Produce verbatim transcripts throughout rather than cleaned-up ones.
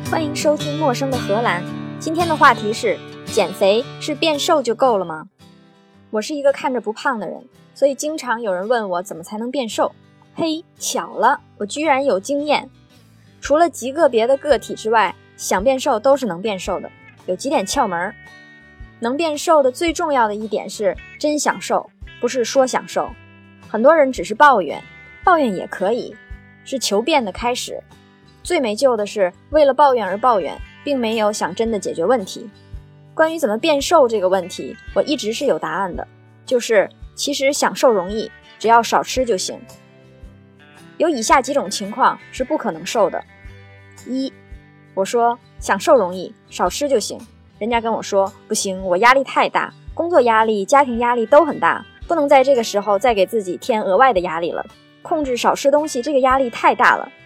欢迎收听陌生的荷兰。今天的话题是：减肥是变瘦就够了吗？我是一个看着不胖的人，所以经常有人问我怎么才能变瘦。嘿，巧了，我居然有经验。除了极个别的个体之外，想变瘦都是能变瘦的。有几点窍门。能变瘦的最重要的一点是真享受，不是说享受。很多人只是抱怨，抱怨也可以，是求变的开始。最没救的是为了抱怨而抱怨，并没有想真的解决问题。关于怎么变瘦这个问题，我一直是有答案的，就是其实想瘦容易，只要少吃就行。有以下几种情况是不可能瘦的。一，我说想瘦容易，少吃就行。人家跟我说不行，我压力太大，工作压力、家庭压力都很大，不能在这个时候再给自己添额外的压力了。控制少吃东西，这个压力太大了。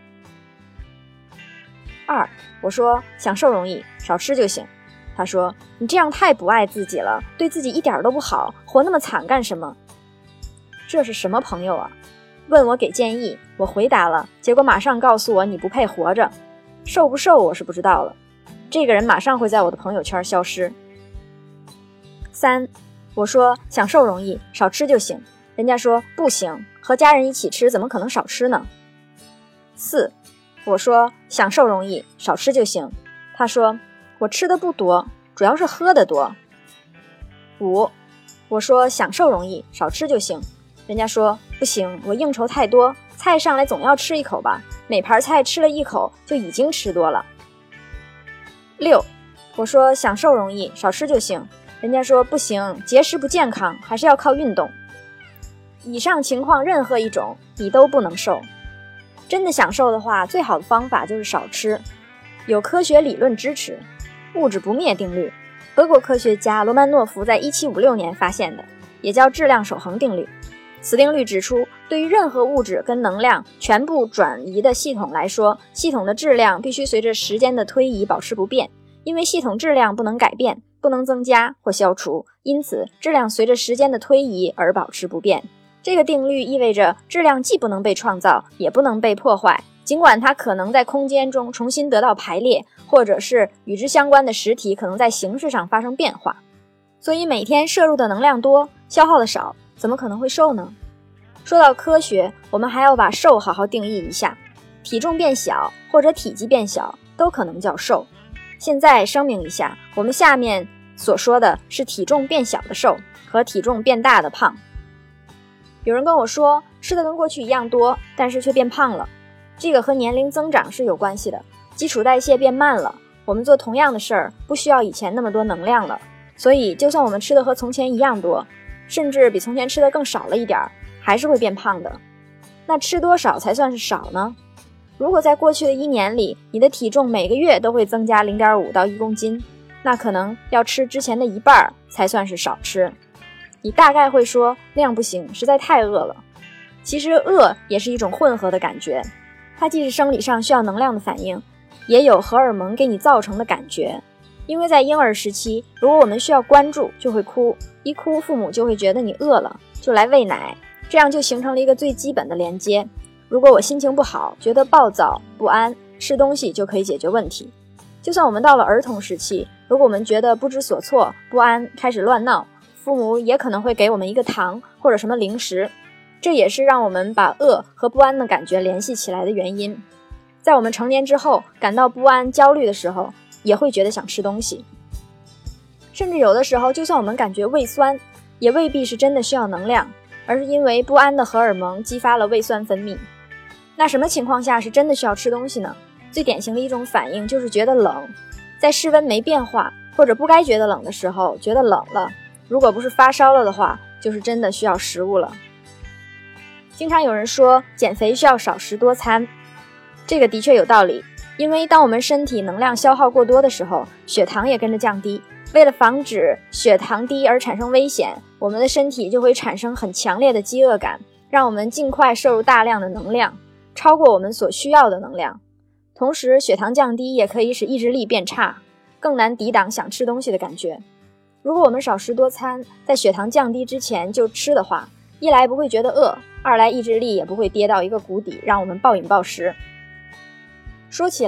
二，我说想瘦容易，少吃就行。他说你这样太不爱自己了，对自己一点都不好，活那么惨干什么？这是什么朋友啊？问我给建议，我回答了，结果马上告诉我你不配活着。瘦不瘦我是不知道了，这个人马上会在我的朋友圈消失。三，我说想瘦容易，少吃就行。人家说不行，和家人一起吃怎么可能少吃呢？四，我说想瘦容易，少吃就行。他说我吃的不多，主要是喝的多。五，我说想瘦容易，少吃就行。人家说不行，我应酬太多，菜上来总要吃一口吧，每盘菜吃了一口就已经吃多了。六，我说想瘦容易，少吃就行。人家说不行，节食不健康，还是要靠运动。以上情况任何一种你都不能瘦。真的想瘦的话，最好的方法就是少吃。有科学理论支持，物质不灭定律，德国科学家罗曼诺夫在一七五六年发现的，也叫质量守恒定律。此定律指出，对于任何物质跟能量全部转移的系统来说，系统的质量必须随着时间的推移保持不变，因为系统质量不能改变，不能增加或消除，因此质量随着时间的推移而保持不变。这个定律意味着质量既不能被创造，也不能被破坏，尽管它可能在空间中重新得到排列，或者是与之相关的实体可能在形式上发生变化。所以每天摄入的能量多，消耗的少，怎么可能会瘦呢？说到科学，我们还要把瘦好好定义一下。体重变小或者体积变小都可能叫瘦。现在声明一下，我们下面所说的是体重变小的瘦和体重变大的胖。有人跟我说吃的跟过去一样多，但是却变胖了，这个和年龄增长是有关系的，基础代谢变慢了，我们做同样的事儿不需要以前那么多能量了，所以就算我们吃的和从前一样多，甚至比从前吃的更少了一点，还是会变胖的。那吃多少才算是少呢？如果在过去的一年里，你的体重每个月都会增加 零点五到一公斤，那可能要吃之前的一半才算是少吃。你大概会说那样不行，实在太饿了。其实饿也是一种混合的感觉，它既是生理上需要能量的反应，也有荷尔蒙给你造成的感觉。因为在婴儿时期，如果我们需要关注，就会哭，一哭父母就会觉得你饿了，就来喂奶，这样就形成了一个最基本的连接。如果我心情不好，觉得暴躁不安，吃东西就可以解决问题。就算我们到了儿童时期，如果我们觉得不知所措不安，开始乱闹，父母也可能会给我们一个糖或者什么零食，这也是让我们把饿和不安的感觉联系起来的原因。在我们成年之后感到不安焦虑的时候，也会觉得想吃东西。甚至有的时候，就算我们感觉胃酸，也未必是真的需要能量，而是因为不安的荷尔蒙激发了胃酸分泌。那什么情况下是真的需要吃东西呢？最典型的一种反应就是觉得冷，在室温没变化或者不该觉得冷的时候觉得冷了，如果不是发烧了的话，就是真的需要食物了。经常有人说减肥需要少食多餐，这个的确有道理，因为当我们身体能量消耗过多的时候，血糖也跟着降低。为了防止血糖低而产生危险，我们的身体就会产生很强烈的饥饿感，让我们尽快摄入大量的能量，超过我们所需要的能量。同时血糖降低也可以使意志力变差，更难抵挡想吃东西的感觉。如果我们少食多餐，在血糖降低之前就吃的话，一来不会觉得饿，二来意志力也不会跌到一个谷底，让我们暴饮暴食。说起来，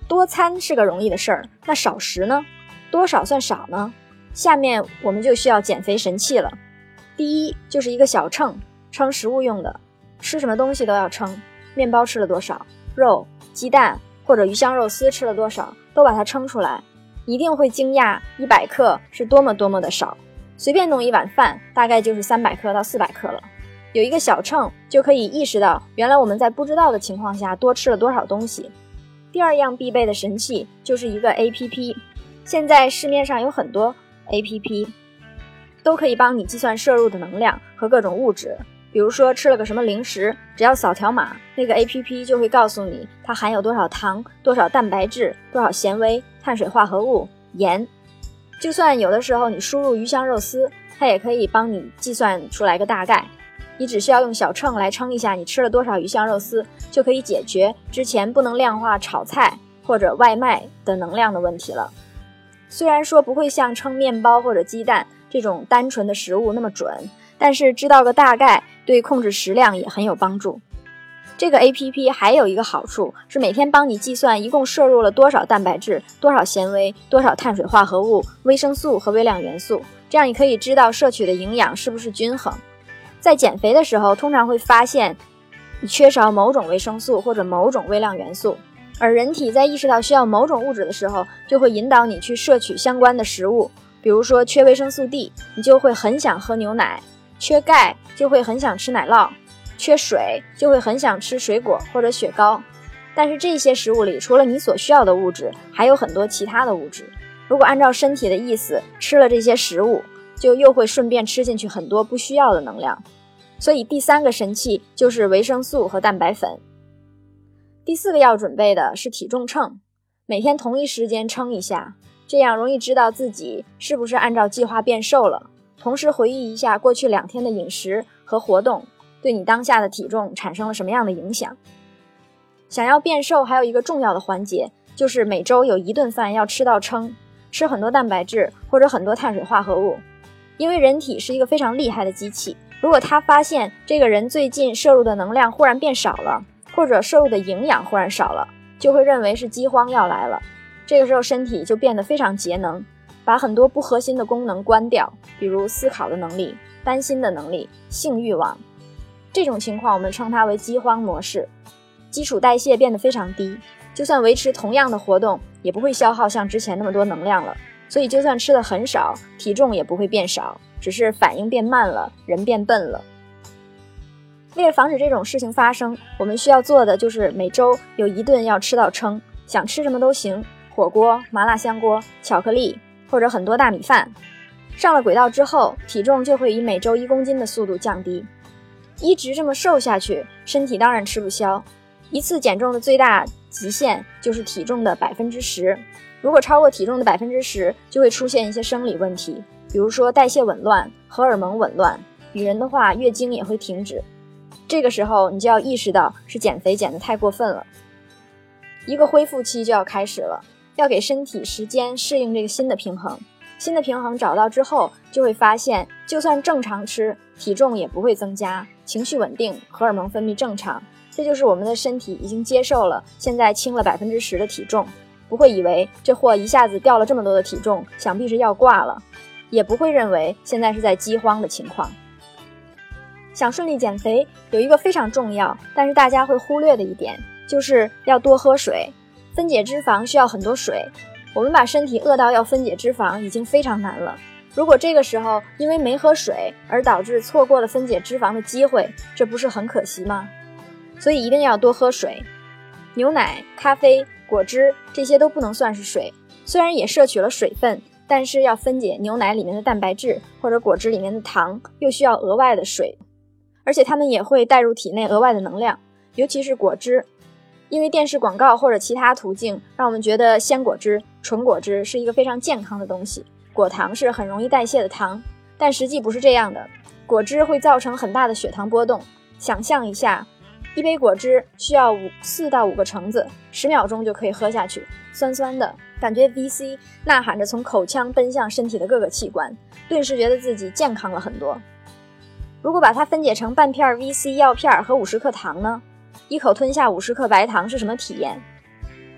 多餐是个容易的事儿，那少食呢？多少算少呢？下面我们就需要减肥神器了。第一，就是一个小秤，称食物用的，吃什么东西都要称，面包吃了多少，肉、鸡蛋或者鱼香肉丝吃了多少，都把它称出来，一定会惊讶一百克是多么多么的少。随便弄一碗饭，大概就是三百克到四百克了。有一个小秤，就可以意识到原来我们在不知道的情况下多吃了多少东西。第二样必备的神器就是一个 A P P， 现在市面上有很多 A P P， 都可以帮你计算摄入的能量和各种物质。比如说吃了个什么零食，只要扫条码，那个 A P P 就会告诉你它含有多少糖、多少蛋白质、多少纤维、碳水化合物、盐。就算有的时候你输入鱼香肉丝，它也可以帮你计算出来个大概。你只需要用小秤来称一下你吃了多少鱼香肉丝，就可以解决之前不能量化炒菜或者外卖的能量的问题了。虽然说不会像称面包或者鸡蛋这种单纯的食物那么准，但是知道个大概对控制食量也很有帮助。这个 A P P 还有一个好处是每天帮你计算一共摄入了多少蛋白质、多少纤维、多少碳水化合物、维生素和微量元素，这样你可以知道摄取的营养是不是均衡。在减肥的时候，通常会发现你缺少某种维生素或者某种微量元素，而人体在意识到需要某种物质的时候，就会引导你去摄取相关的食物。比如说缺维生素 D， 你就会很想喝牛奶；缺钙就会很想吃奶酪；缺水就会很想吃水果或者雪糕。但是这些食物里，除了你所需要的物质，还有很多其他的物质。如果按照身体的意思吃了这些食物，就又会顺便吃进去很多不需要的能量。所以第三个神器就是维生素和蛋白粉。第四个要准备的是体重秤，每天同一时间称一下，这样容易知道自己是不是按照计划变瘦了，同时回忆一下过去两天的饮食和活动对你当下的体重产生了什么样的影响。想要变瘦还有一个重要的环节，就是每周有一顿饭要吃到撑，吃很多蛋白质或者很多碳水化合物。因为人体是一个非常厉害的机器，如果他发现这个人最近摄入的能量忽然变少了，或者摄入的营养忽然少了，就会认为是饥荒要来了。这个时候身体就变得非常节能，把很多不核心的功能关掉，比如思考的能力、担心的能力、性欲望。这种情况我们称它为饥荒模式，基础代谢变得非常低，就算维持同样的活动也不会消耗像之前那么多能量了。所以就算吃的很少，体重也不会变少，只是反应变慢了，人变笨了。为了防止这种事情发生，我们需要做的就是每周有一顿要吃到撑，想吃什么都行，火锅、麻辣香锅、巧克力或者很多大米饭。上了轨道之后，体重就会以每周一公斤的速度降低。一直这么瘦下去，身体当然吃不消。一次减重的最大极限就是体重的百分之十。如果超过体重的百分之十，就会出现一些生理问题，比如说代谢紊乱、荷尔蒙紊乱，女人的话月经也会停止。这个时候你就要意识到是减肥减得太过分了。一个恢复期就要开始了，要给身体时间适应这个新的平衡。新的平衡找到之后，就会发现就算正常吃，体重也不会增加，情绪稳定，荷尔蒙分泌正常。这就是我们的身体已经接受了现在轻了百分之十的体重，不会以为这货一下子掉了这么多的体重，想必是要挂了，也不会认为现在是在饥荒的情况。想顺利减肥，有一个非常重要，但是大家会忽略的一点，就是要多喝水。分解脂肪需要很多水，我们把身体饿到要分解脂肪已经非常难了。如果这个时候因为没喝水而导致错过了分解脂肪的机会，这不是很可惜吗？所以一定要多喝水。牛奶、咖啡、果汁这些都不能算是水，虽然也摄取了水分，但是要分解牛奶里面的蛋白质或者果汁里面的糖，又需要额外的水，而且它们也会带入体内额外的能量，尤其是果汁。因为电视广告或者其他途径让我们觉得鲜果汁、纯果汁是一个非常健康的东西，果糖是很容易代谢的糖，但实际不是这样的。果汁会造成很大的血糖波动，想象一下，一杯果汁需要五四到五个橙子，十秒钟就可以喝下去，酸酸的，感觉 V C 呐喊着从口腔奔向身体的各个器官，顿时觉得自己健康了很多。如果把它分解成半片 V C 药片和五十克糖呢？一口吞下五十克白糖是什么体验？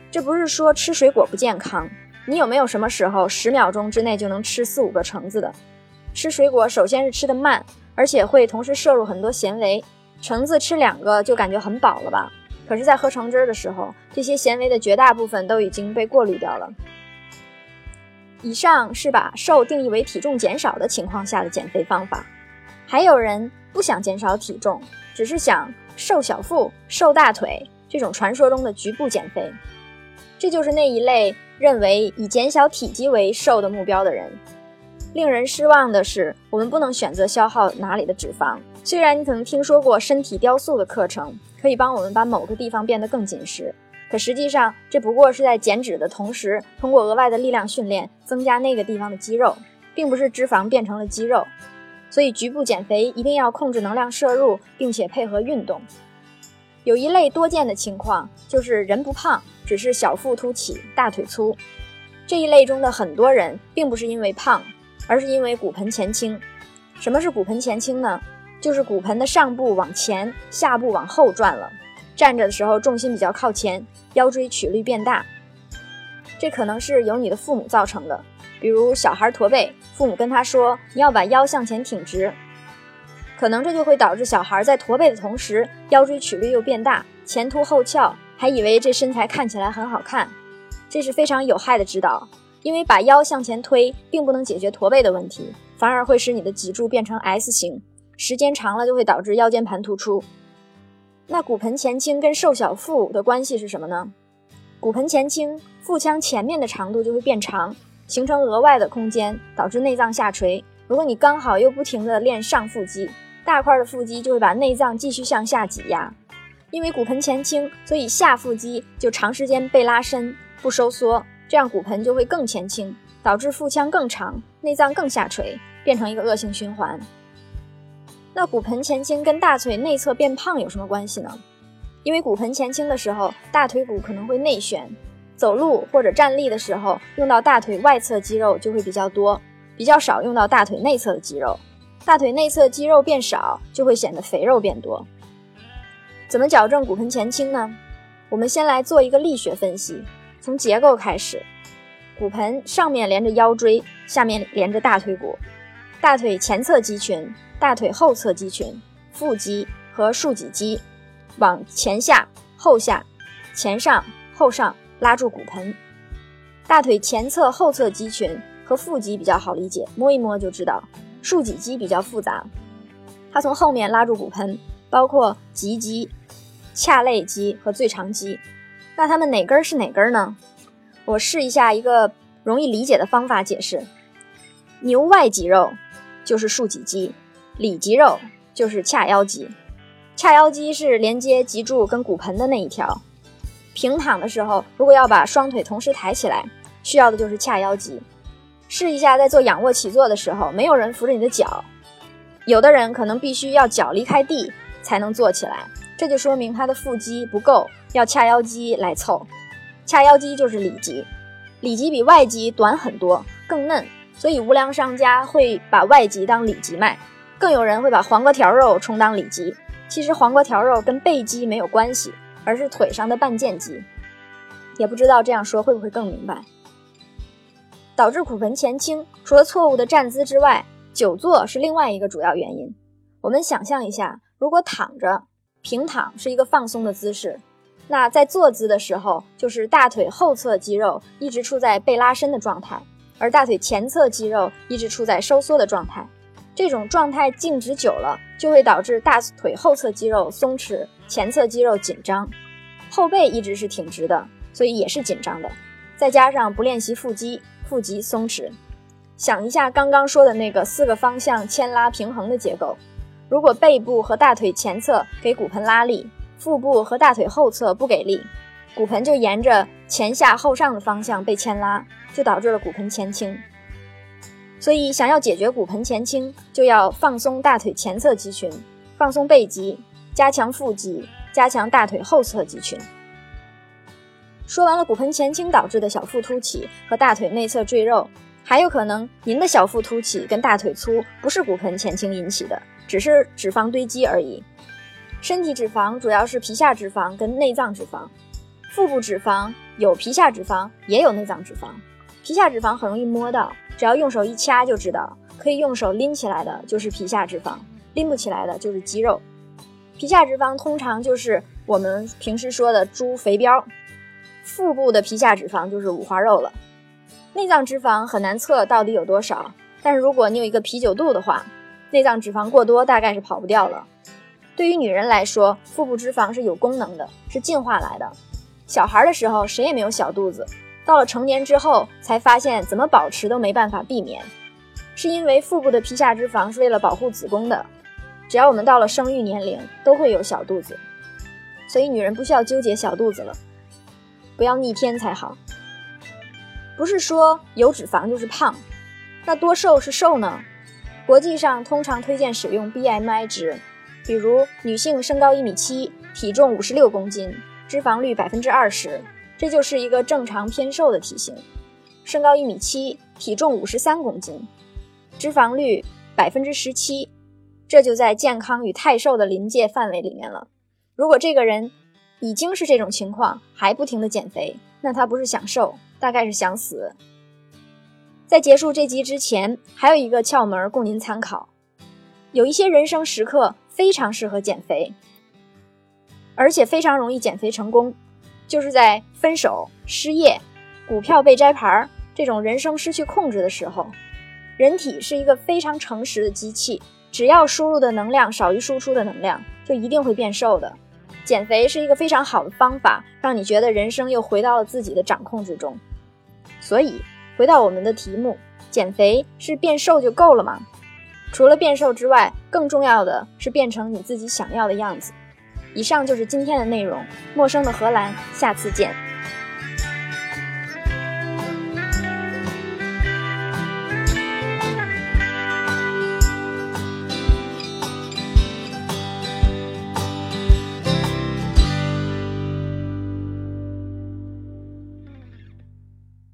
这不是说吃水果不健康，你有没有什么时候十秒钟之内就能吃四五个橙子的？吃水果首先是吃得慢，而且会同时摄入很多纤维，橙子吃两个就感觉很饱了吧？可是在喝橙汁的时候，这些纤维的绝大部分都已经被过滤掉了。以上是把瘦定义为体重减少的情况下的减肥方法，还有人不想减少体重，只是想瘦小腹、瘦大腿，这种传说中的局部减肥。这就是那一类认为以减小体积为瘦的目标的人。令人失望的是，我们不能选择消耗哪里的脂肪。虽然你可能听说过身体雕塑的课程，可以帮我们把某个地方变得更紧实，可实际上这不过是在减脂的同时，通过额外的力量训练增加那个地方的肌肉，并不是脂肪变成了肌肉。所以局部减肥一定要控制能量摄入，并且配合运动。有一类多见的情况，就是人不胖，只是小腹凸起，大腿粗。这一类中的很多人并不是因为胖，而是因为骨盆前倾。什么是骨盆前倾呢？就是骨盆的上部往前，下部往后转了。站着的时候重心比较靠前，腰椎曲率变大。这可能是由你的父母造成的，比如小孩驼背，父母跟他说你要把腰向前挺直，可能这就会导致小孩在驼背的同时，腰椎曲率又变大，前凸后翘，还以为这身材看起来很好看。这是非常有害的指导，因为把腰向前推并不能解决驼背的问题，反而会使你的脊柱变成 S 型，时间长了就会导致腰间盘突出。那骨盆前倾跟瘦小腹的关系是什么呢？骨盆前倾，腹腔前面的长度就会变长，形成额外的空间，导致内脏下垂。如果你刚好又不停地练上腹肌，大块的腹肌就会把内脏继续向下挤压。因为骨盆前倾，所以下腹肌就长时间被拉伸，不收缩，这样骨盆就会更前倾，导致腹腔更长，内脏更下垂，变成一个恶性循环。那骨盆前倾跟大腿内侧变胖有什么关系呢？因为骨盆前倾的时候，大腿骨可能会内旋，走路或者站立的时候，用到大腿外侧肌肉就会比较多，比较少用到大腿内侧的肌肉。大腿内侧肌肉变少，就会显得肥肉变多。怎么矫正骨盆前倾呢？我们先来做一个力学分析，从结构开始。骨盆上面连着腰椎，下面连着大腿骨，大腿前侧肌群、大腿后侧肌群、腹肌和竖脊肌往前下、后下、前上、后上拉住骨盆。大腿前侧、后侧肌群和腹肌比较好理解，摸一摸就知道。竖脊肌比较复杂，它从后面拉住骨盆，包括棘肌、髂肋肌和最长肌。那它们哪根是哪根呢？我试一下一个容易理解的方法解释。牛外肌肉就是竖脊肌，里肌肉就是髂腰肌。髂腰肌是连接脊柱跟骨盆的那一条。平躺的时候，如果要把双腿同时抬起来，需要的就是髂腰肌。试一下，在做仰卧起坐的时候，没有人扶着你的脚，有的人可能必须要脚离开地才能坐起来，这就说明他的腹肌不够，要髂腰肌来凑。髂腰肌就是里肌，里肌比外肌短很多，更嫩，所以无良商家会把外肌当里肌卖，更有人会把黄瓜条肉充当里肌。其实黄瓜条肉跟背肌没有关系，而是腿上的半腱肌。也不知道这样说会不会更明白。导致骨盆前倾，除了错误的站姿之外，久坐是另外一个主要原因。我们想象一下，如果躺着，平躺是一个放松的姿势，那在坐姿的时候，就是大腿后侧肌肉一直处在被拉伸的状态，而大腿前侧肌肉一直处在收缩的状态。这种状态静止久了，就会导致大腿后侧肌肉松弛，前侧肌肉紧张。后背一直是挺直的，所以也是紧张的。再加上不练习腹肌，腹肌松弛。想一下刚刚说的那个四个方向牵拉平衡的结构，如果背部和大腿前侧给骨盆拉力，腹部和大腿后侧不给力，骨盆就沿着前下后上的方向被牵拉，就导致了骨盆前倾。所以想要解决骨盆前倾，就要放松大腿前侧肌群，放松背肌，加强腹肌，加强大腿后侧肌群。说完了骨盆前倾导致的小腹凸起和大腿内侧赘肉，还有可能您的小腹凸起跟大腿粗不是骨盆前倾引起的，只是脂肪堆积而已。身体脂肪主要是皮下脂肪跟内脏脂肪， 腹部脂肪有皮下脂肪，也有内脏脂肪。皮下脂肪很容易摸到，只要用手一掐就知道，可以用手拎起来的就是皮下脂肪，拎不起来的就是肌肉。皮下脂肪通常就是我们平时说的猪肥膘，腹部的皮下脂肪就是五花肉了。内脏脂肪很难测到底有多少，但是如果你有一个啤酒肚的话，内脏脂肪过多大概是跑不掉了。对于女人来说，腹部脂肪是有功能的，是进化来的。小孩的时候谁也没有小肚子，到了成年之后才发现怎么保持都没办法避免，是因为腹部的皮下脂肪是为了保护子宫的，只要我们到了生育年龄都会有小肚子，所以女人不需要纠结小肚子了，不要逆天才好。不是说有脂肪就是胖，那多瘦是瘦呢？国际上通常推荐使用 B M I 值，比如女性身高一米七，体重五十六公斤，脂肪率 百分之二十， 这就是一个正常偏瘦的体型。身高一米七，体重五十三公斤，脂肪率 百分之十七， 这就在健康与太瘦的临界范围里面了。如果这个人已经是这种情况，还不停地减肥，那他不是想瘦，大概是想死。在结束这集之前，还有一个窍门供您参考。有一些人生时刻非常适合减肥，而且非常容易减肥成功，就是在分手、失业、股票被摘牌这种人生失去控制的时候。人体是一个非常诚实的机器，只要输入的能量少于输出的能量，就一定会变瘦的。减肥是一个非常好的方法，让你觉得人生又回到了自己的掌控之中。所以回到我们的题目，减肥是变瘦就够了吗？除了变瘦之外，更重要的是变成你自己想要的样子。以上就是今天的内容，陌生的荷兰，下次见。